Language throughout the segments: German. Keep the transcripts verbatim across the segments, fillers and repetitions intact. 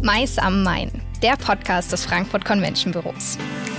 Mais am Main, der Podcast des Frankfurt Convention Büros.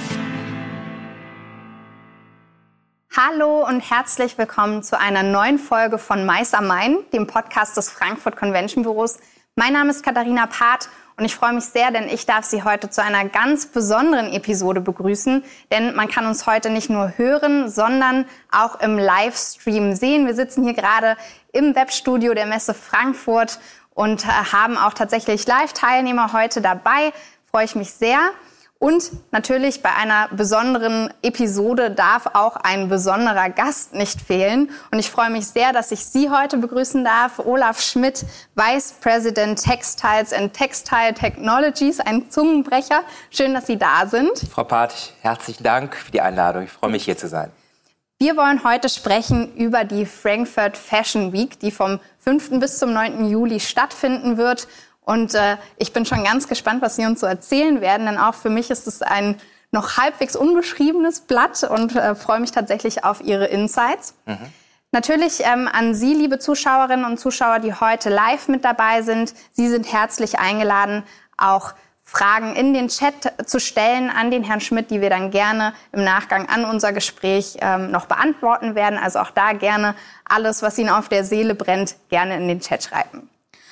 Hallo und herzlich willkommen zu einer neuen Folge von Mais am Main, dem Podcast des Frankfurt Convention Büros. Mein Name ist Katharina Part und ich freue mich sehr, denn ich darf Sie heute zu einer ganz besonderen Episode begrüßen. Denn man kann uns heute nicht nur hören, sondern auch im Livestream sehen. Wir sitzen hier gerade im Webstudio der Messe Frankfurt und haben auch tatsächlich Live-Teilnehmer heute dabei. Freue ich mich sehr. Und natürlich bei einer besonderen Episode darf auch ein besonderer Gast nicht fehlen. Und ich freue mich sehr, dass ich Sie heute begrüßen darf. Olaf Schmidt, Vice President Textiles and Textile Technologies, ein Zungenbrecher. Schön, dass Sie da sind. Frau Part, herzlichen Dank für die Einladung. Ich freue mich, hier zu sein. Wir wollen heute sprechen über die Frankfurt Fashion Week, die vom fünften bis zum neunten Juli stattfinden wird. Und äh, ich bin schon ganz gespannt, was Sie uns so erzählen werden, denn auch für mich ist es ein noch halbwegs unbeschriebenes Blatt und äh, freue mich tatsächlich auf Ihre Insights. Mhm. Natürlich ähm, an Sie, liebe Zuschauerinnen und Zuschauer, die heute live mit dabei sind. Sie sind herzlich eingeladen, auch Fragen in den Chat zu stellen an den Herrn Schmidt, die wir dann gerne im Nachgang an unser Gespräch ähm, noch beantworten werden. Also auch da gerne alles, was Ihnen auf der Seele brennt, gerne in den Chat schreiben.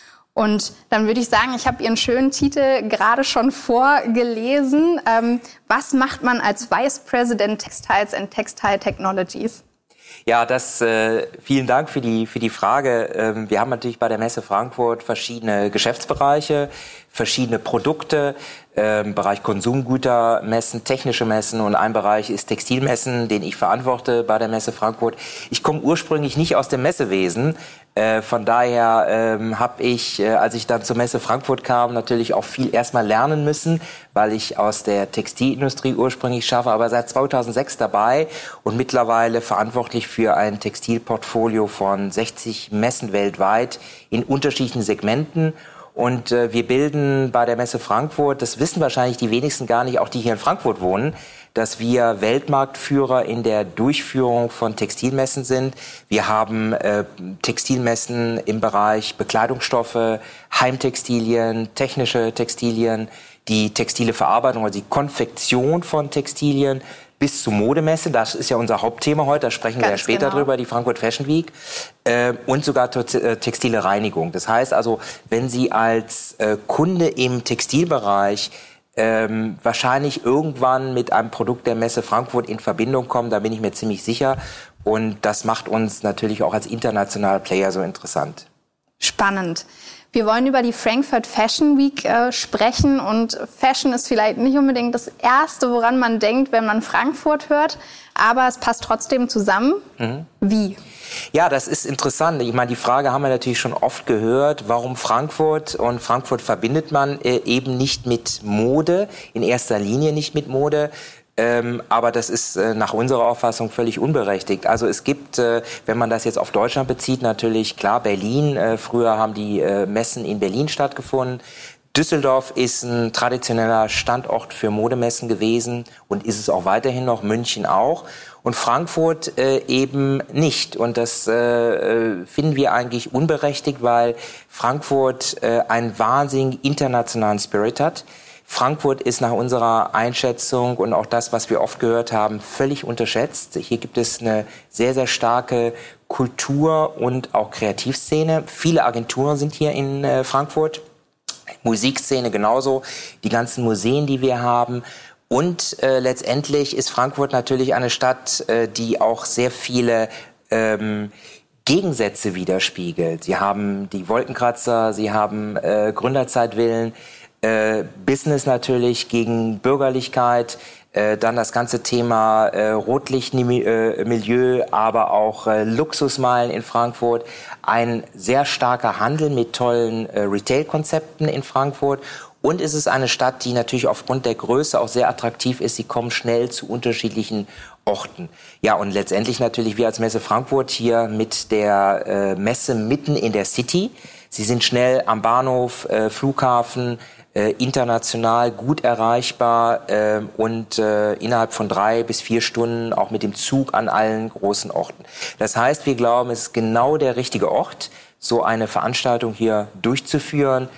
Und dann würde ich sagen, ich habe Ihren schönen Titel gerade schon vorgelesen. Ähm, was macht man als Vice President Textiles and Textile Technologies? Ja, das, äh, vielen Dank für die, für die Frage. Ähm, wir haben natürlich bei der Messe Frankfurt verschiedene Geschäftsbereiche, verschiedene Produkte, ähm, Bereich Konsumgüter, Messen, technische Messen und ein Bereich ist Textilmessen, den ich verantworte bei der Messe Frankfurt. Ich komme ursprünglich nicht aus dem Messewesen. Äh, von daher ähm, habe ich, äh, als ich dann zur Messe Frankfurt kam, natürlich auch viel erstmal lernen müssen, weil ich aus der Textilindustrie ursprünglich schaffe, aber seit zweitausendsechs dabei und mittlerweile verantwortlich für ein Textilportfolio von sechzig Messen weltweit in unterschiedlichen Segmenten. Und äh, wir bilden bei der Messe Frankfurt, das wissen wahrscheinlich die wenigsten gar nicht, auch die hier in Frankfurt wohnen, dass wir Weltmarktführer in der Durchführung von Textilmessen sind. Wir haben äh, Textilmessen im Bereich Bekleidungsstoffe, Heimtextilien, technische Textilien, die textile Verarbeitung, also die Konfektion von Textilien bis zur Modemesse. Das ist ja unser Hauptthema heute, da sprechen Ganz wir ja später genau. drüber, die Frankfurt Fashion Week. Äh, und sogar te- textile Reinigung. Das heißt also, wenn Sie als äh, Kunde im Textilbereich Ähm, wahrscheinlich irgendwann mit einem Produkt der Messe Frankfurt in Verbindung kommen, da bin ich mir ziemlich sicher. Und das macht uns natürlich auch als internationaler Player so interessant. Spannend. Wir wollen über die Frankfurt Fashion Week äh, sprechen und Fashion ist vielleicht nicht unbedingt das Erste, woran man denkt, wenn man Frankfurt hört, aber es passt trotzdem zusammen. Mhm. Wie? Ja, das ist interessant. Ich meine, die Frage haben wir natürlich schon oft gehört, warum Frankfurt? Und Frankfurt verbindet man äh, eben nicht mit Mode, in erster Linie nicht mit Mode. Ähm, aber das ist äh, nach unserer Auffassung völlig unberechtigt. Also es gibt, äh, wenn man das jetzt auf Deutschland bezieht, natürlich klar Berlin. Äh, früher haben die äh, Messen in Berlin stattgefunden. Düsseldorf ist ein traditioneller Standort für Modemessen gewesen und ist es auch weiterhin noch, München auch. Und Frankfurt äh, eben nicht. Und das äh, finden wir eigentlich unberechtigt, weil Frankfurt äh, einen wahnsinnigen internationalen Spirit hat. Frankfurt ist nach unserer Einschätzung und auch das, was wir oft gehört haben, völlig unterschätzt. Hier gibt es eine sehr, sehr starke Kultur- und auch Kreativszene. Viele Agenturen sind hier in äh, Frankfurt. Musikszene genauso. Die ganzen Museen, die wir haben. Und äh, letztendlich ist Frankfurt natürlich eine Stadt, äh, die auch sehr viele ähm, Gegensätze widerspiegelt. Sie haben die Wolkenkratzer, sie haben äh, Gründerzeitwillen, äh, Business natürlich gegen Bürgerlichkeit, äh, dann das ganze Thema äh, Rotlichtmilieu, aber auch äh, Luxusmeilen in Frankfurt, ein sehr starker Handel mit tollen äh, Retail-Konzepten in Frankfurt. Und es ist eine Stadt, die natürlich aufgrund der Größe auch sehr attraktiv ist. Sie kommen schnell zu unterschiedlichen Orten. Ja, und letztendlich natürlich wir als Messe Frankfurt hier mit der äh, Messe mitten in der City. Sie sind schnell am Bahnhof, äh, Flughafen, äh, international gut erreichbar äh, und äh, innerhalb von drei bis vier Stunden auch mit dem Zug an allen großen Orten. Das heißt, wir glauben, es ist genau der richtige Ort, so eine Veranstaltung hier durchzuführen.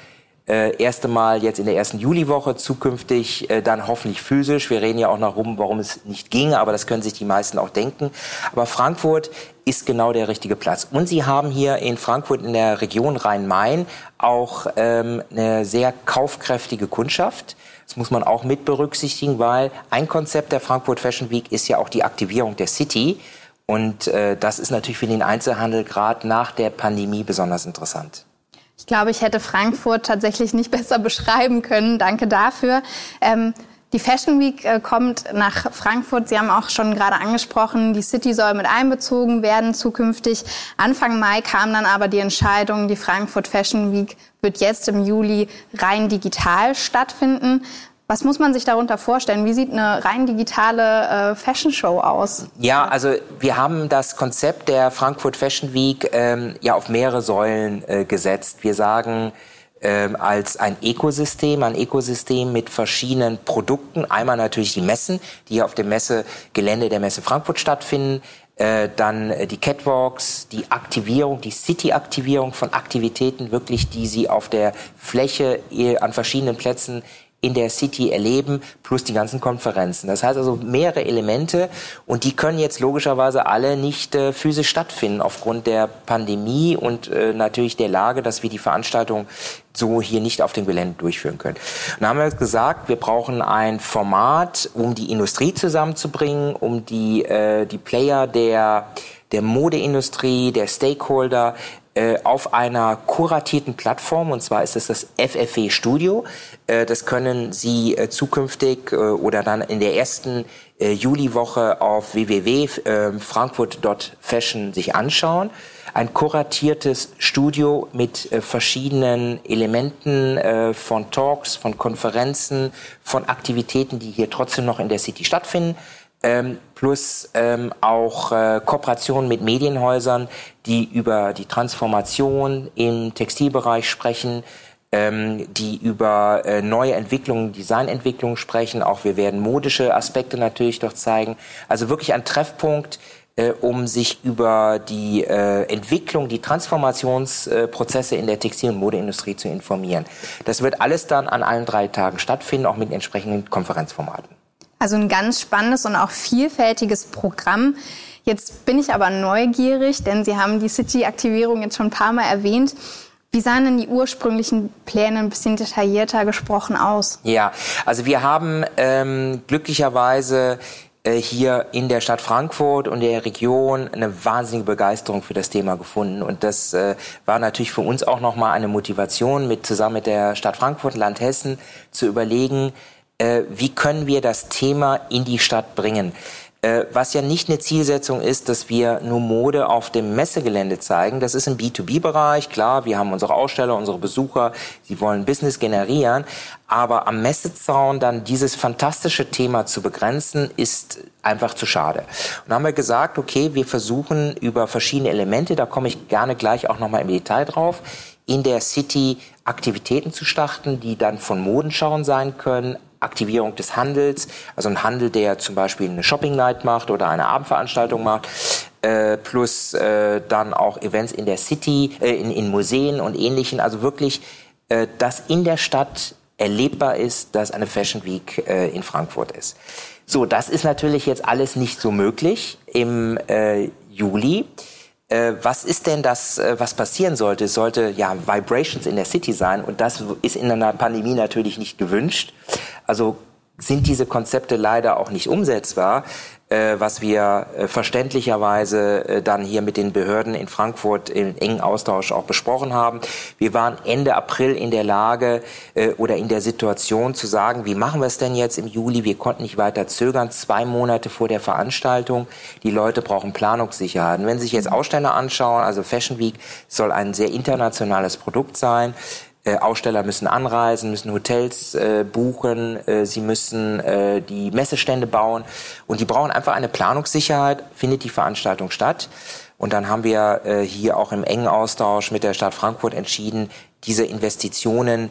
Äh, erste Mal jetzt in der ersten Juliwoche, zukünftig äh, dann hoffentlich physisch. Wir reden ja auch noch rum, warum es nicht ging, aber das können sich die meisten auch denken. Aber Frankfurt ist genau der richtige Platz. Und Sie haben hier in Frankfurt in der Region Rhein-Main auch ähm, eine sehr kaufkräftige Kundschaft. Das muss man auch mit berücksichtigen, weil ein Konzept der Frankfurt Fashion Week ist ja auch die Aktivierung der City. Und äh, das ist natürlich für den Einzelhandel gerade nach der Pandemie besonders interessant. Ich glaube, ich hätte Frankfurt tatsächlich nicht besser beschreiben können. Danke dafür. Ähm, die Fashion Week äh, kommt nach Frankfurt. Sie haben auch schon gerade angesprochen, die City soll mit einbezogen werden zukünftig. Anfang Mai kam dann aber die Entscheidung, die Frankfurt Fashion Week wird jetzt im Juli rein digital stattfinden. Was muss man sich darunter vorstellen? Wie sieht eine rein digitale äh, Fashion Show aus? Ja, also wir haben das Konzept der Frankfurt Fashion Week ähm, ja auf mehrere Säulen äh, gesetzt. Wir sagen ähm, als ein Ökosystem, ein Ökosystem mit verschiedenen Produkten. Einmal natürlich die Messen, die hier auf dem Messegelände der Messe Frankfurt stattfinden. Äh, dann äh, die Catwalks, die Aktivierung, die City-Aktivierung von Aktivitäten, wirklich, die Sie auf der Fläche äh, an verschiedenen Plätzen in der City erleben, plus die ganzen Konferenzen. Das heißt also mehrere Elemente und die können jetzt logischerweise alle nicht äh, physisch stattfinden aufgrund der Pandemie und äh, natürlich der Lage, dass wir die Veranstaltung so hier nicht auf dem Gelände durchführen können. Und dann haben wir gesagt, wir brauchen ein Format, um die Industrie zusammenzubringen, um die, äh, die Player der, der Modeindustrie, der Stakeholder auf einer kuratierten Plattform, und zwar ist es das F F W Studio. Das können Sie zukünftig oder dann in der ersten Juliwoche auf w w w punkt frankfurt punkt fashion sich anschauen. Ein kuratiertes Studio mit verschiedenen Elementen von Talks, von Konferenzen, von Aktivitäten, die hier trotzdem noch in der City stattfinden. Ähm, plus ähm, auch äh, Kooperationen mit Medienhäusern, die über die Transformation im Textilbereich sprechen, ähm, die über äh, neue Entwicklungen, Designentwicklungen sprechen. Auch wir werden modische Aspekte natürlich dort zeigen. Also wirklich ein Treffpunkt, äh, um sich über die äh, Entwicklung, die Transformationsprozesse äh, in der Textil- und Modeindustrie zu informieren. Das wird alles dann an allen drei Tagen stattfinden, auch mit entsprechenden Konferenzformaten. Also ein ganz spannendes und auch vielfältiges Programm. Jetzt bin ich aber neugierig, denn Sie haben die City-Aktivierung jetzt schon ein paar Mal erwähnt. Wie sahen denn die ursprünglichen Pläne ein bisschen detaillierter gesprochen aus? Ja, also wir haben ähm, glücklicherweise äh, hier in der Stadt Frankfurt und der Region eine wahnsinnige Begeisterung für das Thema gefunden. Und das äh, war natürlich für uns auch nochmal eine Motivation, mit zusammen mit der Stadt Frankfurt, Land Hessen, zu überlegen, wie können wir das Thema in die Stadt bringen. Was ja nicht eine Zielsetzung ist, dass wir nur Mode auf dem Messegelände zeigen. Das ist im B zwei B-Bereich. Klar, wir haben unsere Aussteller, unsere Besucher, sie wollen Business generieren. Aber am Messezaun dann dieses fantastische Thema zu begrenzen, ist einfach zu schade. Und dann haben wir gesagt, okay, wir versuchen über verschiedene Elemente, da komme ich gerne gleich auch nochmal im Detail drauf, in der City Aktivitäten zu starten, die dann von Modenschauen sein können, Aktivierung des Handels, also ein Handel, der zum Beispiel eine Shopping Night macht oder eine Abendveranstaltung macht, äh, plus äh, dann auch Events in der City, äh, in, in Museen und Ähnlichen. Also wirklich, äh, dass in der Stadt erlebbar ist, dass eine Fashion Week äh, in Frankfurt ist. So, das ist natürlich jetzt alles nicht so möglich im äh, Juli. Äh, was ist denn das, äh, was passieren sollte? Es sollte ja Vibrations in der City sein und das ist in einer Pandemie natürlich nicht gewünscht. Also sind diese Konzepte leider auch nicht umsetzbar, äh, was wir äh, verständlicherweise äh, dann hier mit den Behörden in Frankfurt im engen Austausch auch besprochen haben. Wir waren Ende April in der Lage äh, oder in der Situation zu sagen, wie machen wir es denn jetzt im Juli? Wir konnten nicht weiter zögern, zwei Monate vor der Veranstaltung. Die Leute brauchen Planungssicherheit. Und wenn Sie sich jetzt Aussteller anschauen, also Fashion Week soll ein sehr internationales Produkt sein. Äh, Aussteller müssen anreisen, müssen Hotels äh, buchen, äh, sie müssen äh, die Messestände bauen und die brauchen einfach eine Planungssicherheit, findet die Veranstaltung statt. Und dann haben wir äh, hier auch im engen Austausch mit der Stadt Frankfurt entschieden, diese Investitionen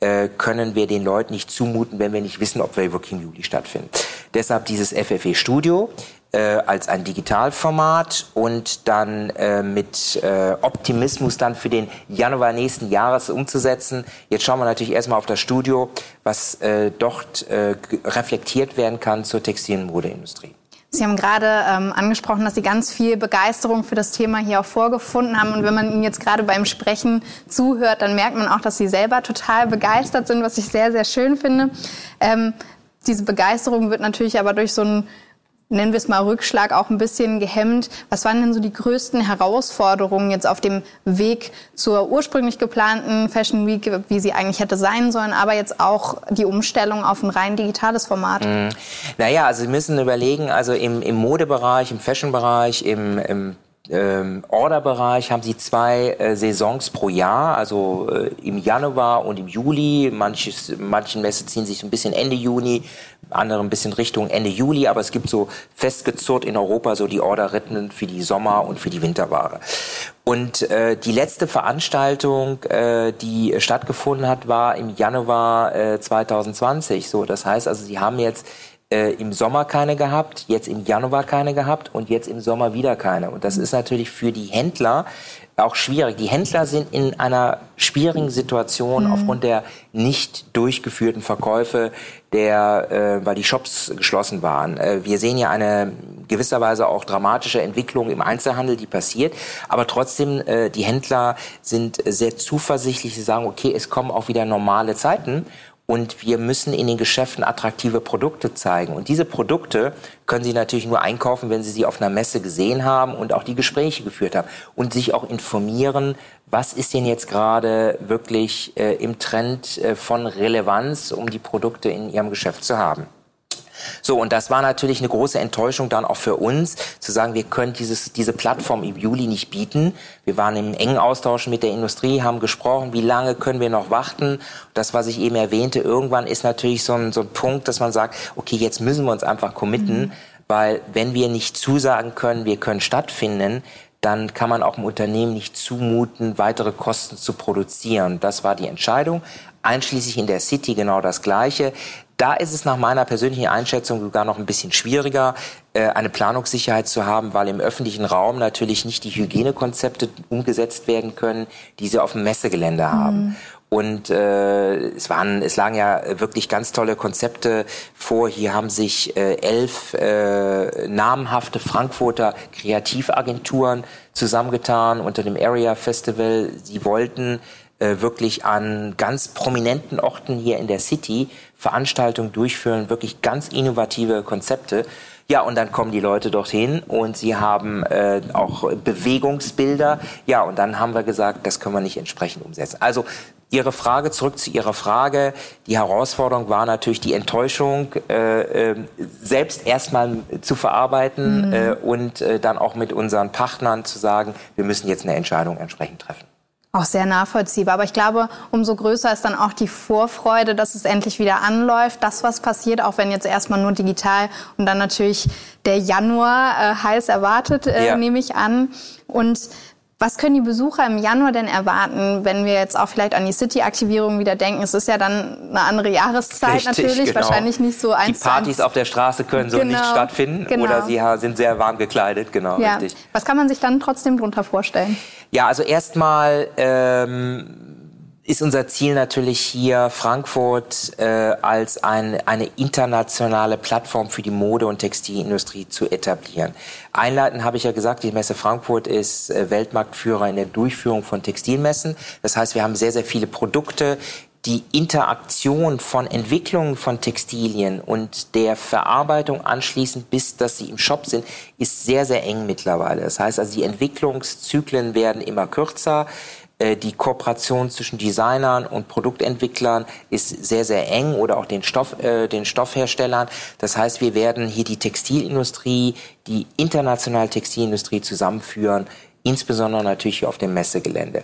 äh, können wir den Leuten nicht zumuten, wenn wir nicht wissen, ob wir wirklich im Juli stattfinden. Deshalb dieses F F W Studio äh, als ein Digitalformat und dann äh, mit äh, Optimismus dann für den Januar nächsten Jahres umzusetzen. Jetzt schauen wir natürlich erstmal auf das Studio, was äh, dort äh, reflektiert werden kann zur Textil- und Modeindustrie. Sie haben gerade ähm, angesprochen, dass Sie ganz viel Begeisterung für das Thema hier auch vorgefunden haben. Und wenn man Ihnen jetzt gerade beim Sprechen zuhört, dann merkt man auch, dass Sie selber total begeistert sind, was ich sehr, sehr schön finde. Ähm, diese Begeisterung wird natürlich aber durch so einen, nennen wir es mal Rückschlag, auch ein bisschen gehemmt. Was waren denn so die größten Herausforderungen jetzt auf dem Weg zur ursprünglich geplanten Fashion Week, wie sie eigentlich hätte sein sollen, aber jetzt auch die Umstellung auf ein rein digitales Format? Mhm. Naja, also Sie müssen überlegen, also im, im Modebereich, im Fashionbereich, im, im Ähm, Orderbereich haben sie zwei äh, Saisons pro Jahr, also äh, im Januar und im Juli. Manches, manchen Messe ziehen sich so ein bisschen Ende Juni, andere ein bisschen Richtung Ende Juli, aber es gibt so festgezurrt in Europa so die Orderritten für die Sommer- und für die Winterware. Und äh, die letzte Veranstaltung, äh, die stattgefunden hat, war im Januar äh, zwanzig zwanzig. So, das heißt also, sie haben jetzt Äh, im Sommer keine gehabt, jetzt im Januar keine gehabt und jetzt im Sommer wieder keine. Und das ist natürlich für die Händler auch schwierig. Die Händler sind in einer schwierigen Situation mhm. aufgrund der nicht durchgeführten Verkäufe, der, äh, weil die Shops geschlossen waren. Äh, wir sehen ja eine gewisserweise auch dramatische Entwicklung im Einzelhandel, die passiert. Aber trotzdem, äh, die Händler sind sehr zuversichtlich. Sie sagen, okay, es kommen auch wieder normale Zeiten. Und wir müssen in den Geschäften attraktive Produkte zeigen. Und diese Produkte können Sie natürlich nur einkaufen, wenn Sie sie auf einer Messe gesehen haben und auch die Gespräche geführt haben. Und sich auch informieren, was ist denn jetzt gerade wirklich äh, im Trend äh, von Relevanz, um die Produkte in Ihrem Geschäft zu haben. So, und das war natürlich eine große Enttäuschung dann auch für uns, zu sagen, wir können dieses, diese Plattform im Juli nicht bieten. Wir waren im engen Austausch mit der Industrie, haben gesprochen, wie lange können wir noch warten. Das, was ich eben erwähnte, irgendwann ist natürlich so ein, so ein Punkt, dass man sagt, okay, jetzt müssen wir uns einfach committen, mhm. weil wenn wir nicht zusagen können, wir können stattfinden, dann kann man auch dem Unternehmen nicht zumuten, weitere Kosten zu produzieren. Das war die Entscheidung. Einschließlich in der City genau das Gleiche. Da ist es nach meiner persönlichen Einschätzung sogar noch ein bisschen schwieriger, eine Planungssicherheit zu haben, weil im öffentlichen Raum natürlich nicht die Hygienekonzepte umgesetzt werden können, die sie auf dem Messegelände haben. Mhm. Und äh, es waren, es lagen ja wirklich ganz tolle Konzepte vor. Hier haben sich äh, elf äh, namhafte Frankfurter Kreativagenturen zusammengetan unter dem Area Festival. Sie wollten äh, wirklich an ganz prominenten Orten hier in der City Veranstaltungen durchführen, wirklich ganz innovative Konzepte. Ja, und dann kommen die Leute dorthin und sie haben äh, auch Bewegungsbilder. Ja, und dann haben wir gesagt, das können wir nicht entsprechend umsetzen. Also Ihre Frage, zurück zu Ihrer Frage. Die Herausforderung war natürlich die Enttäuschung, äh, äh, selbst erstmal zu verarbeiten mhm. äh, und äh, dann auch mit unseren Partnern zu sagen, wir müssen jetzt eine Entscheidung entsprechend treffen. Auch sehr nachvollziehbar. Aber ich glaube, umso größer ist dann auch die Vorfreude, dass es endlich wieder anläuft. Das, was passiert, auch wenn jetzt erstmal nur digital und dann natürlich der Januar äh, heiß erwartet, äh, ja. nehme ich an. Und was können die Besucher im Januar denn erwarten, wenn wir jetzt auch vielleicht an die City-Aktivierung wieder denken? Es ist ja dann eine andere Jahreszeit Richtig, natürlich, genau. wahrscheinlich nicht so eins. Die Partys auf der Straße können so genau, nicht stattfinden genau. oder sie sind sehr warm gekleidet, genau. Ja. Richtig. Was kann man sich dann trotzdem darunter vorstellen? Ja, also erstmal ähm, ist unser Ziel natürlich hier, Frankfurt äh, als ein, eine internationale Plattform für die Mode- und Textilindustrie zu etablieren. Einleitend habe ich ja gesagt, die Messe Frankfurt ist äh, Weltmarktführer in der Durchführung von Textilmessen. Das heißt, wir haben sehr, sehr viele Produkte. Die Interaktion von Entwicklungen von Textilien und der Verarbeitung anschließend, bis dass sie im Shop sind, ist sehr, sehr eng mittlerweile. Das heißt also, die Entwicklungszyklen werden immer kürzer. Die Kooperation zwischen Designern und Produktentwicklern ist sehr, sehr eng oder auch den Stoff, äh, den Stoffherstellern. Das heißt, wir werden hier die Textilindustrie, die internationale Textilindustrie zusammenführen, insbesondere natürlich auf dem Messegelände.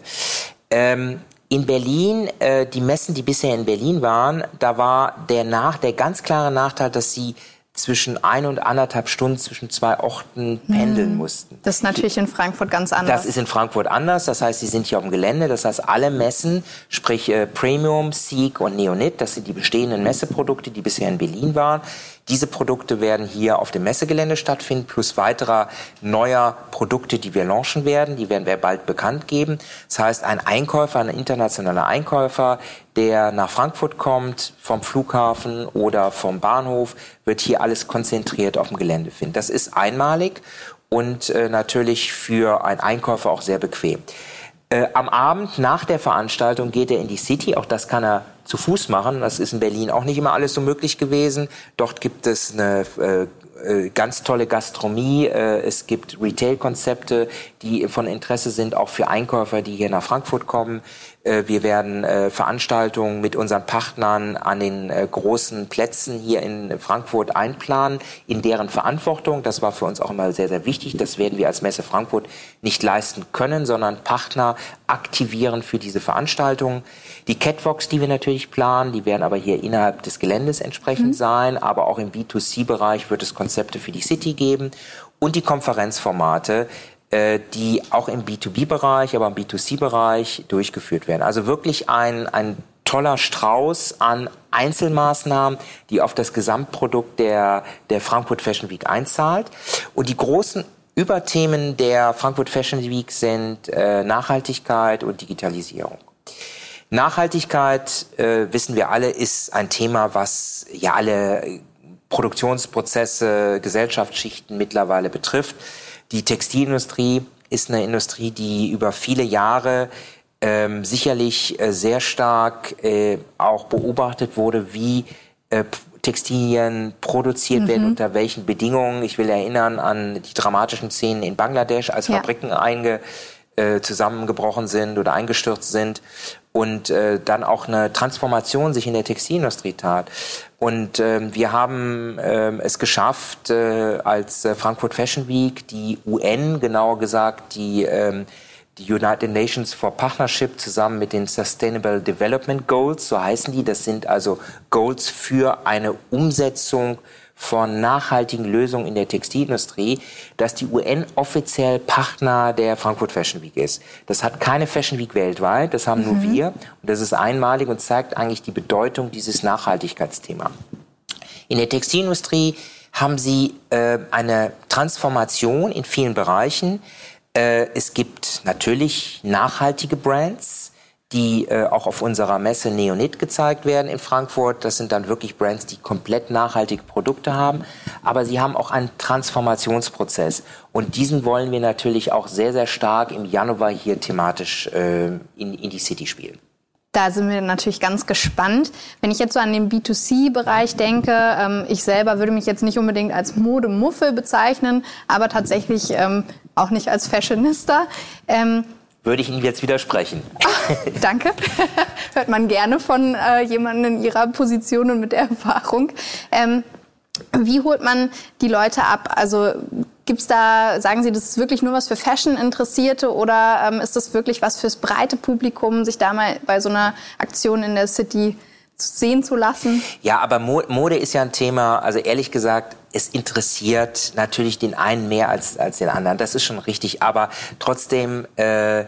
Ähm, In Berlin, äh, die Messen, die bisher in Berlin waren, da war der nach, der ganz klare Nachteil, dass sie zwischen ein und anderthalb Stunden zwischen zwei Orten pendeln mussten. Das ist natürlich in Frankfurt ganz anders. Das ist in Frankfurt anders. Das heißt, sie sind hier auf dem Gelände. Das heißt, alle Messen, sprich äh, Premium, Seek und Neonit, das sind die bestehenden Messeprodukte, die bisher in Berlin waren. Diese Produkte werden hier auf dem Messegelände stattfinden, plus weiterer neuer Produkte, die wir launchen werden. Die werden wir bald bekannt geben. Das heißt, ein Einkäufer, ein internationaler Einkäufer, der nach Frankfurt kommt, vom Flughafen oder vom Bahnhof, wird hier alles konzentriert auf dem Gelände finden. Das ist einmalig und äh, natürlich für einen Einkäufer auch sehr bequem. Äh, am Abend nach der Veranstaltung geht er in die City. Auch das kann er zu Fuß machen. Das ist in Berlin auch nicht immer alles so möglich gewesen. Dort gibt es eine äh, äh, ganz tolle Gastronomie. Äh, es gibt Retail-Konzepte, die von Interesse sind, auch für Einkäufer, die hier nach Frankfurt kommen. Äh, wir werden äh, Veranstaltungen mit unseren Partnern an den äh, großen Plätzen hier in Frankfurt einplanen, in deren Verantwortung. Das war für uns auch immer sehr, sehr wichtig. Das werden wir als Messe Frankfurt nicht leisten können, sondern Partner aktivieren für diese Veranstaltungen. Die Catwalks, die wir natürlich planen, die werden aber hier innerhalb des Geländes entsprechend mhm. sein. Aber auch im B zwei C-Bereich wird es Konzepte für die City geben. Und die Konferenzformate, die auch im B zwei B-Bereich, aber im B zwei C-Bereich durchgeführt werden. Also wirklich ein, ein toller Strauß an Einzelmaßnahmen, die auf das Gesamtprodukt der, der Frankfurt Fashion Week einzahlt. Und die großen Überthemen der Frankfurt Fashion Week sind äh, Nachhaltigkeit und Digitalisierung. Nachhaltigkeit, äh, wissen wir alle, ist ein Thema, was ja alle Produktionsprozesse, Gesellschaftsschichten mittlerweile betrifft. Die Textilindustrie ist eine Industrie, die über viele Jahre ähm, sicherlich äh, sehr stark äh, auch beobachtet wurde, wie äh, Textilien produziert mhm. werden, unter welchen Bedingungen. Ich will erinnern an die dramatischen Szenen in Bangladesch, als ja. Fabriken einge, äh, zusammengebrochen sind oder eingestürzt sind. Und äh, dann auch eine Transformation sich in der Textilindustrie tat. Und ähm, wir haben ähm, es geschafft, äh, als äh, Frankfurt Fashion Week die U N, genauer gesagt die, ähm, die United Nations for Partnership zusammen mit den Sustainable Development Goals, so heißen die. Das sind also Goals für eine Umsetzung von nachhaltigen Lösungen in der Textilindustrie, dass die U N offiziell Partner der Frankfurt Fashion Week ist. Das hat keine Fashion Week weltweit, das haben mhm. nur wir. Und das ist einmalig und zeigt eigentlich die Bedeutung dieses Nachhaltigkeitsthema. In der Textilindustrie haben sie äh, eine Transformation in vielen Bereichen. Äh, es gibt natürlich nachhaltige Brands, die äh, auch auf unserer Messe Neonit gezeigt werden in Frankfurt. Das sind dann wirklich Brands, die komplett nachhaltige Produkte haben. Aber sie haben auch einen Transformationsprozess. Und diesen wollen wir natürlich auch sehr, sehr stark im Januar hier thematisch äh, in, in die City spielen. Da sind wir natürlich ganz gespannt. Wenn ich jetzt so an den B zwei C-Bereich denke, ähm, ich selber würde mich jetzt nicht unbedingt als Modemuffel bezeichnen, aber tatsächlich ähm, auch nicht als Fashionista. Ähm, Würde ich Ihnen jetzt widersprechen. Ach, danke. Hört man gerne von äh, jemandem in Ihrer Position und mit der Erfahrung. Ähm, wie holt man die Leute ab? Also gibt's da, sagen Sie, das ist wirklich nur was für Fashion-Interessierte oder ähm, ist das wirklich was fürs breite Publikum, sich da mal bei so einer Aktion in der City sehen zu lassen? Ja, aber Mode ist ja ein Thema, also ehrlich gesagt, es interessiert natürlich den einen mehr als, als den anderen. Das ist schon richtig, aber trotzdem, äh,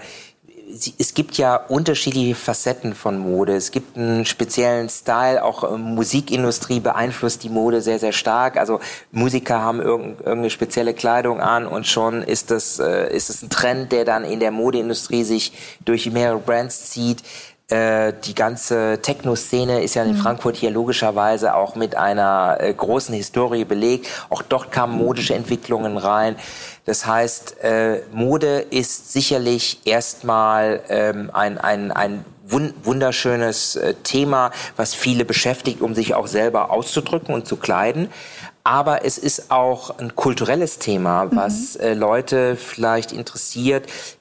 es gibt ja unterschiedliche Facetten von Mode. Es gibt einen speziellen Style, auch äh, Musikindustrie beeinflusst die Mode sehr, sehr stark. Also Musiker haben irgend, irgendeine spezielle Kleidung an und schon ist das, äh, ist es ein Trend, der dann in der Modeindustrie sich durch mehrere Brands zieht. Die ganze Techno-Szene ist ja in Frankfurt hier logischerweise auch mit einer äh, großen Historie belegt. Auch dort kamen modische Entwicklungen rein. Das heißt, äh, Mode ist sicherlich erstmal ähm, ein, ein, ein wunderschönes äh, Thema, was viele beschäftigt, um sich auch selber auszudrücken und zu kleiden. Aber es ist auch ein kulturelles Thema, was mhm. äh, Leute vielleicht interessiert,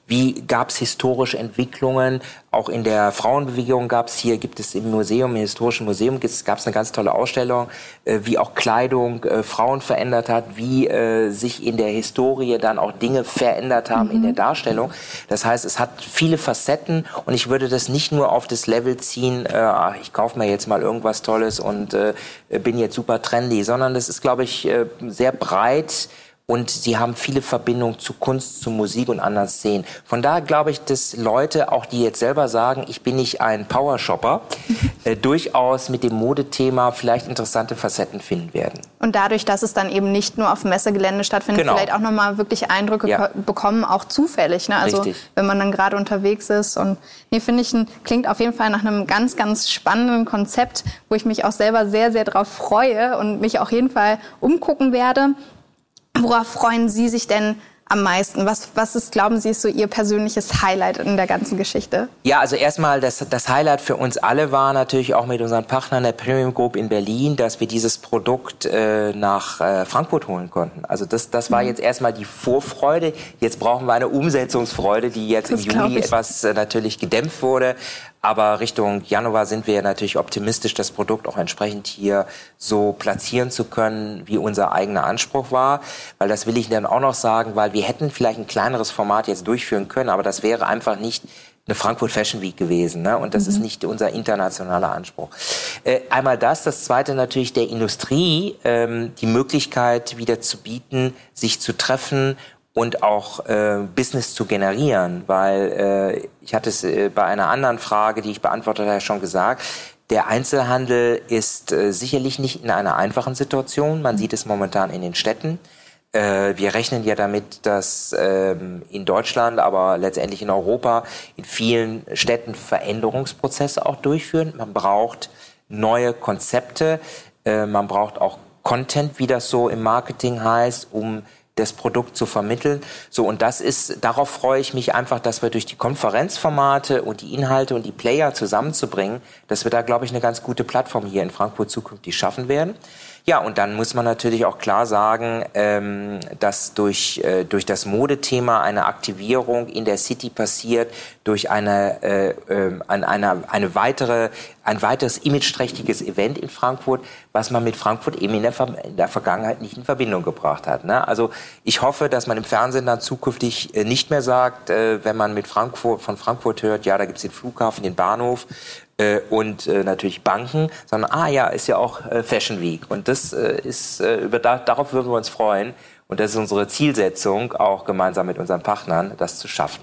Wie gab es historische Entwicklungen? Auch in der Frauenbewegung gab es hier, gibt es im Museum, im Historischen Museum, gab es eine ganz tolle Ausstellung, äh, wie auch Kleidung äh, Frauen verändert hat, wie äh, sich in der Historie dann auch Dinge verändert haben mhm. in der Darstellung. Das heißt, es hat viele Facetten und ich würde das nicht nur auf das Level ziehen, äh, ich kaufe mir jetzt mal irgendwas Tolles und äh, bin jetzt super trendy, sondern das ist, glaube ich, äh, sehr breit. Und sie haben viele Verbindungen zu Kunst, zu Musik und anderen Szenen. Von daher glaube ich, dass Leute, auch die jetzt selber sagen, ich bin nicht ein Powershopper, äh, durchaus mit dem Modethema vielleicht interessante Facetten finden werden. Und dadurch, dass es dann eben nicht nur auf dem Messegelände stattfindet, genau. vielleicht auch nochmal wirklich Eindrücke ja. bekommen, auch zufällig. Ne? Also Richtig. Wenn man dann gerade unterwegs ist. Und nee, finde ich, ein, klingt auf jeden Fall nach einem ganz, ganz spannenden Konzept, wo ich mich auch selber sehr, sehr drauf freue und mich auf jeden Fall umgucken werde. Worauf freuen Sie sich denn am meisten? Was, was ist, glauben Sie, ist so Ihr persönliches Highlight in der ganzen Geschichte? Ja, also erstmal, das, das Highlight für uns alle war natürlich auch mit unseren Partnern der Premium Group in Berlin, dass wir dieses Produkt äh, nach äh, Frankfurt holen konnten. Also das, das war mhm. jetzt erstmal die Vorfreude. Jetzt brauchen wir eine Umsetzungsfreude, die jetzt das im Juli etwas äh, natürlich gedämpft wurde. Aber Richtung Januar sind wir natürlich optimistisch, das Produkt auch entsprechend hier so platzieren zu können, wie unser eigener Anspruch war. Weil das will ich dann auch noch sagen, weil wir hätten vielleicht ein kleineres Format jetzt durchführen können, aber das wäre einfach nicht eine Frankfurt Fashion Week gewesen, ne? Und das mhm. ist nicht unser internationaler Anspruch. Äh, einmal das, das Zweite natürlich der Industrie, ähm, die Möglichkeit wieder zu bieten, sich zu treffen und auch äh, Business zu generieren, weil äh, ich hatte es äh, bei einer anderen Frage, die ich beantwortet habe, schon gesagt, der Einzelhandel ist äh, sicherlich nicht in einer einfachen Situation. Man sieht es momentan in den Städten. Äh, wir rechnen ja damit, dass ähm, in Deutschland, aber letztendlich in Europa, in vielen Städten Veränderungsprozesse auch durchführen. Man braucht neue Konzepte, äh, man braucht auch Content, wie das so im Marketing heißt, um das Produkt zu vermitteln. So, und das ist, darauf freue ich mich einfach, dass wir durch die Konferenzformate und die Inhalte und die Player zusammenzubringen, dass wir da, glaube ich, eine ganz gute Plattform hier in Frankfurt zukünftig schaffen werden. Ja, und dann muss man natürlich auch klar sagen, ähm, dass durch, äh, durch das Modethema eine Aktivierung in der City passiert, durch eine, äh, äh, eine, eine weitere, ein weiteres imageträchtiges Event in Frankfurt, was man mit Frankfurt eben in der, in der Vergangenheit nicht in Verbindung gebracht hat. Ne? Also ich hoffe, dass man im Fernsehen dann zukünftig äh, nicht mehr sagt, äh, wenn man mit Frankfurt, von Frankfurt hört, ja, da gibt's den Flughafen, den Bahnhof, Äh, und äh, natürlich Banken, sondern ah ja, ist ja auch äh, Fashion Week. Und das äh, ist, äh, über da, darauf würden wir uns freuen. Und das ist unsere Zielsetzung, auch gemeinsam mit unseren Partnern, das zu schaffen.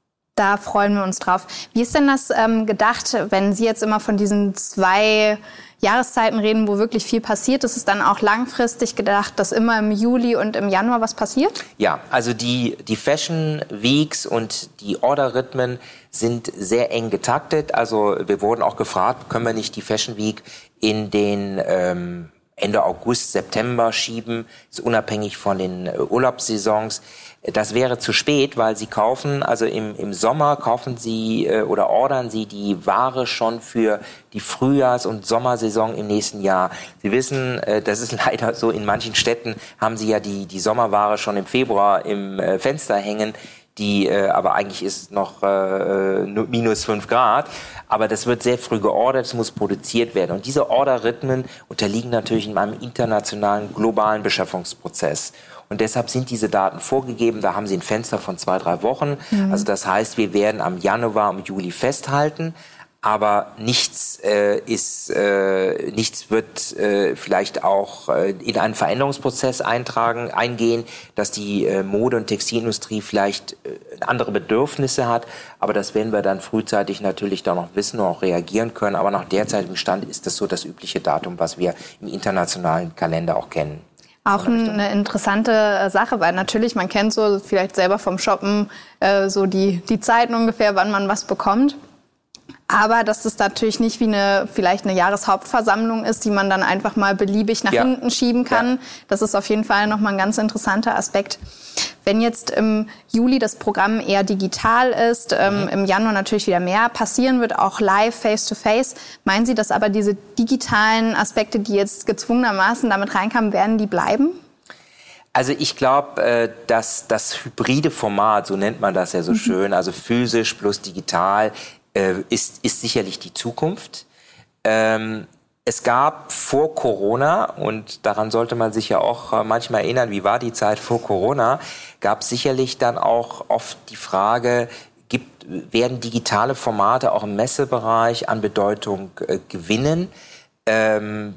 Da freuen wir uns drauf. Wie ist denn das ähm, gedacht, wenn Sie jetzt immer von diesen zwei Jahreszeiten reden, wo wirklich viel passiert? Ist es dann auch langfristig gedacht, dass immer im Juli und im Januar was passiert? Ja, also die, die Fashion Weeks und die Orderrhythmen sind sehr eng getaktet. Also wir wurden auch gefragt, können wir nicht die Fashion Week in den ähm, Ende August, September schieben, ist unabhängig von den äh, Urlaubssaisons. Das wäre zu spät, weil sie kaufen, also im, im Sommer kaufen sie äh, oder ordern sie die Ware schon für die Frühjahrs- und Sommersaison im nächsten Jahr. Sie wissen, äh, das ist leider so, in manchen Städten haben sie ja die, die Sommerware schon im Februar im äh, Fenster hängen, die äh, aber eigentlich ist noch äh, minus fünf Grad. Aber das wird sehr früh geordert, es muss produziert werden. Und diese Orderrhythmen unterliegen natürlich in einem internationalen, globalen Beschaffungsprozess. Und deshalb sind diese Daten vorgegeben. Da haben Sie ein Fenster von zwei, drei Wochen. Mhm. Also das heißt, wir werden am Januar, am Juli festhalten. Aber nichts äh, ist, äh, nichts wird äh, vielleicht auch äh, in einen Veränderungsprozess eintragen, eingehen, dass die äh, Mode- und Textilindustrie vielleicht äh, andere Bedürfnisse hat. Aber das werden wir dann frühzeitig natürlich da noch wissen und auch reagieren können. Aber nach derzeitigem Stand ist das so das übliche Datum, was wir im internationalen Kalender auch kennen. Auch eine interessante Sache, weil natürlich, man kennt so vielleicht selber vom Shoppen äh, so die, die Zeiten ungefähr, wann man was bekommt. Aber dass es natürlich nicht wie eine vielleicht eine Jahreshauptversammlung ist, die man dann einfach mal beliebig nach ja. hinten schieben kann. Ja. Das ist auf jeden Fall nochmal ein ganz interessanter Aspekt. Wenn jetzt im Juli das Programm eher digital ist, ähm, mhm. im Januar natürlich wieder mehr passieren wird, auch live, face-to-face, meinen Sie, dass aber diese digitalen Aspekte, die jetzt gezwungenermaßen damit reinkamen, werden die bleiben? Also ich glaube, dass das hybride Format, so nennt man das ja so mhm. schön, also physisch plus digital, ist, ist sicherlich die Zukunft. Ähm, es gab vor Corona, und daran sollte man sich ja auch manchmal erinnern, wie war die Zeit vor Corona, gab es sicherlich dann auch oft die Frage, gibt, werden digitale Formate auch im Messebereich an Bedeutung äh, gewinnen? Ähm,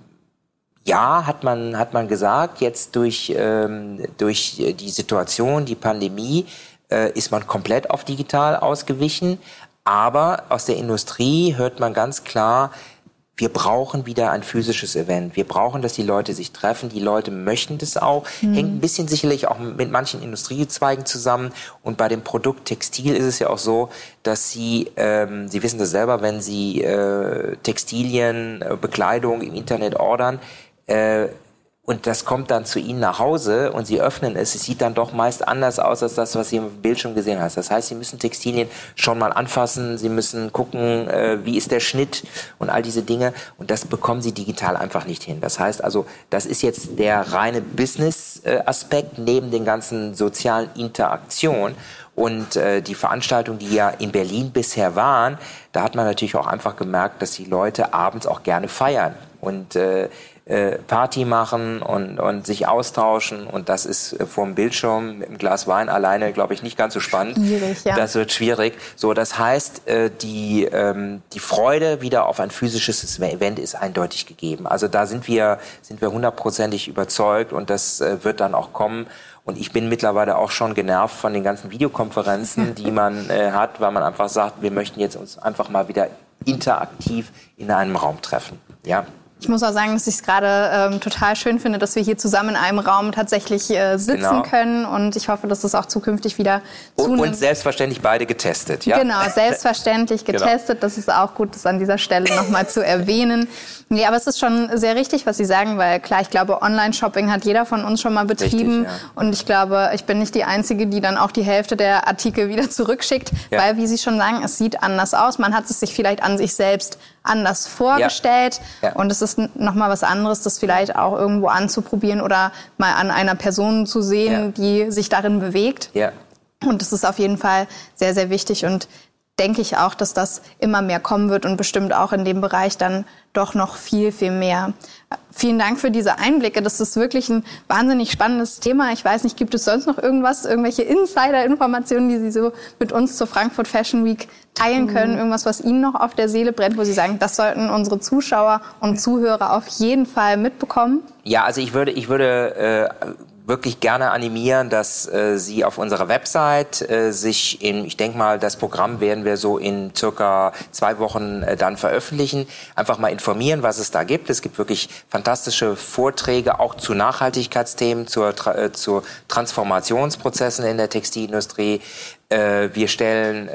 Ja, hat man, hat man gesagt, jetzt durch, ähm, durch die Situation, die Pandemie, äh, ist man komplett auf digital ausgewichen. Aber aus der Industrie hört man ganz klar, wir brauchen wieder ein physisches Event. Wir brauchen, dass die Leute sich treffen. Die Leute möchten das auch. Mhm. Hängt ein bisschen sicherlich auch mit manchen Industriezweigen zusammen. Und bei dem Produkt Textil ist es ja auch so, dass sie, ähm, Sie wissen das selber, wenn Sie äh, Textilien, äh, Bekleidung im Internet ordern, Äh, und das kommt dann zu Ihnen nach Hause und Sie öffnen es. Es sieht dann doch meist anders aus als das, was Sie im Bildschirm gesehen haben. Das heißt, Sie müssen Textilien schon mal anfassen. Sie müssen gucken, äh, wie ist der Schnitt und all diese Dinge. Und das bekommen Sie digital einfach nicht hin. Das heißt also, das ist jetzt der reine Business-Aspekt neben den ganzen sozialen Interaktionen. Und äh, die Veranstaltungen, die ja in Berlin bisher waren, da hat man natürlich auch einfach gemerkt, dass die Leute abends auch gerne feiern und äh, Party machen und, und sich austauschen. Und das ist vor dem Bildschirm mit einem Glas Wein alleine, glaube ich, nicht ganz so spannend. Schwierig, ja. Das wird schwierig. So, das heißt, die, die Freude wieder auf ein physisches Event ist eindeutig gegeben. Also da sind wir, sind wir hundertprozentig überzeugt und das wird dann auch kommen. Und ich bin mittlerweile auch schon genervt von den ganzen Videokonferenzen, die man äh, hat, weil man einfach sagt, wir möchten jetzt uns einfach mal wieder interaktiv in einem Raum treffen. Ja. Ich muss auch sagen, dass ich es gerade ähm, total schön finde, dass wir hier zusammen in einem Raum tatsächlich äh, sitzen genau. können. Und ich hoffe, dass es auch zukünftig wieder zunimmt. Und selbstverständlich beide getestet, ja? Genau, selbstverständlich getestet. Genau. Das ist auch gut, das an dieser Stelle nochmal zu erwähnen. Nee, aber es ist schon sehr richtig, was Sie sagen, weil klar, ich glaube, Online-Shopping hat jeder von uns schon mal betrieben. Richtig, ja. Und ich glaube, ich bin nicht die Einzige, die dann auch die Hälfte der Artikel wieder zurückschickt. Ja. Weil, wie Sie schon sagen, es sieht anders aus. Man hat es sich vielleicht an sich selbst anders vorgestellt. Ja. Ja. Und es ist nochmal was anderes, das vielleicht auch irgendwo anzuprobieren oder mal an einer Person zu sehen, ja. die sich darin bewegt. Ja. Und das ist auf jeden Fall sehr, sehr wichtig und denke ich auch, dass das immer mehr kommen wird und bestimmt auch in dem Bereich dann doch noch viel, viel mehr. Vielen Dank für diese Einblicke. Das ist wirklich ein wahnsinnig spannendes Thema. Ich weiß nicht, gibt es sonst noch irgendwas, irgendwelche Insider-Informationen, die Sie so mit uns zur Frankfurt Fashion Week teilen können? Mhm. Irgendwas, was Ihnen noch auf der Seele brennt, wo Sie sagen, das sollten unsere Zuschauer und Zuhörer auf jeden Fall mitbekommen? Ja, also ich würde, ich würde äh wirklich gerne animieren, dass äh, Sie auf unserer Website äh, sich in, ich denke mal, das Programm werden wir so in circa zwei Wochen äh, dann veröffentlichen, einfach mal informieren, was es da gibt. Es gibt wirklich fantastische Vorträge, auch zu Nachhaltigkeitsthemen, zur, äh, zu Transformationsprozessen in der Textilindustrie. Äh, wir stellen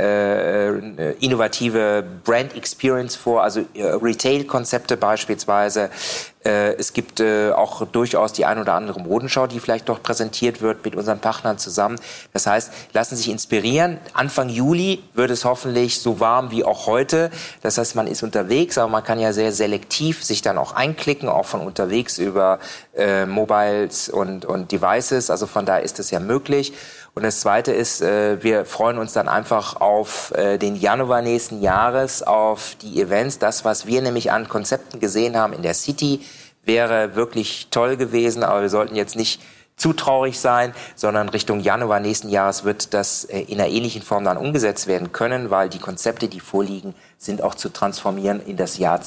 äh, innovative Brand Experience vor, also äh, Retail-Konzepte beispielsweise. Äh, es gibt äh, auch durchaus die ein oder andere Modenschau, die vielleicht doch präsentiert wird mit unseren Partnern zusammen. Das heißt, lassen Sie sich inspirieren. Anfang Juli wird es hoffentlich so warm wie auch heute. Das heißt, man ist unterwegs, aber man kann ja sehr selektiv sich dann auch einklicken, auch von unterwegs über äh, Mobiles und, und Devices. Also von daher ist es ja möglich. Und das Zweite ist, äh, wir freuen uns dann einfach auf äh, den Januar nächsten Jahres, auf die Events. Das, was wir nämlich an Konzepten gesehen haben in der City, wäre wirklich toll gewesen. Aber wir sollten jetzt nicht zu traurig sein, sondern Richtung Januar nächsten Jahres wird das äh, in einer ähnlichen Form dann umgesetzt werden können, weil die Konzepte, die vorliegen, sind auch zu transformieren in das Jahr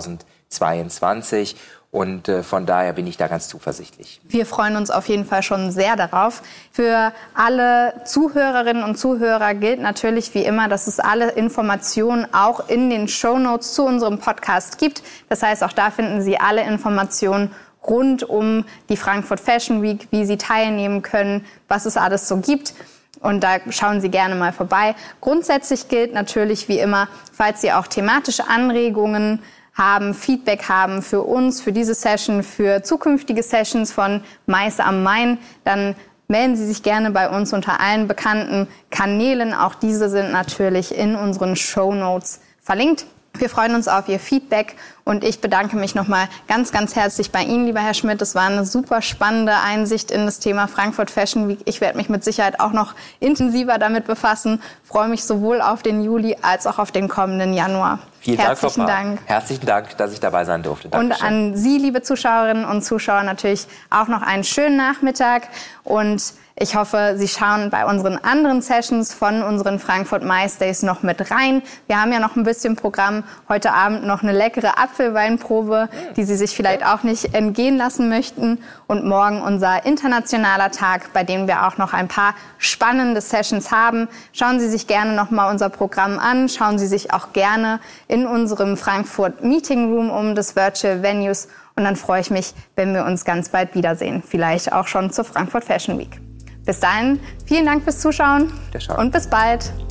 zweitausendzweiundzwanzig. Und äh, von daher bin ich da ganz zuversichtlich. Wir freuen uns auf jeden Fall schon sehr darauf. Für alle Zuhörerinnen und Zuhörer gilt natürlich wie immer, dass es alle Informationen auch in den Shownotes zu unserem Podcast gibt. Das heißt, auch da finden Sie alle Informationen rund um die Frankfurt Fashion Week, wie Sie teilnehmen können, was es alles so gibt. Und da schauen Sie gerne mal vorbei. Grundsätzlich gilt natürlich wie immer, falls Sie auch thematische Anregungen haben, Feedback haben für uns, für diese Session, für zukünftige Sessions von Meiße am Main, dann melden Sie sich gerne bei uns unter allen bekannten Kanälen. Auch diese sind natürlich in unseren Shownotes verlinkt. Wir freuen uns auf Ihr Feedback und ich bedanke mich nochmal ganz, ganz herzlich bei Ihnen, lieber Herr Schmidt. Es war eine super spannende Einsicht in das Thema Frankfurt Fashion Week. Ich werde mich mit Sicherheit auch noch intensiver damit befassen. Freue mich sowohl auf den Juli als auch auf den kommenden Januar. Vielen Herzlichen Dank, Frau Dank. Herzlichen Dank, dass ich dabei sein durfte. Und Dankeschön. an Sie, liebe Zuschauerinnen und Zuschauer, natürlich auch noch einen schönen Nachmittag. Und ich hoffe, Sie schauen bei unseren anderen Sessions von unseren Frankfurt Mice Days noch mit rein. Wir haben ja noch ein bisschen Programm. Heute Abend noch eine leckere Apfelweinprobe, die Sie sich vielleicht auch nicht entgehen lassen möchten. Und morgen unser internationaler Tag, bei dem wir auch noch ein paar spannende Sessions haben. Schauen Sie sich gerne noch mal unser Programm an. Schauen Sie sich auch gerne in unserem Frankfurt Meeting Room um, des Virtual Venues. Und dann freue ich mich, wenn wir uns ganz bald wiedersehen. Vielleicht auch schon zur Frankfurt Fashion Week. Bis dahin, vielen Dank fürs Zuschauen und bis bald.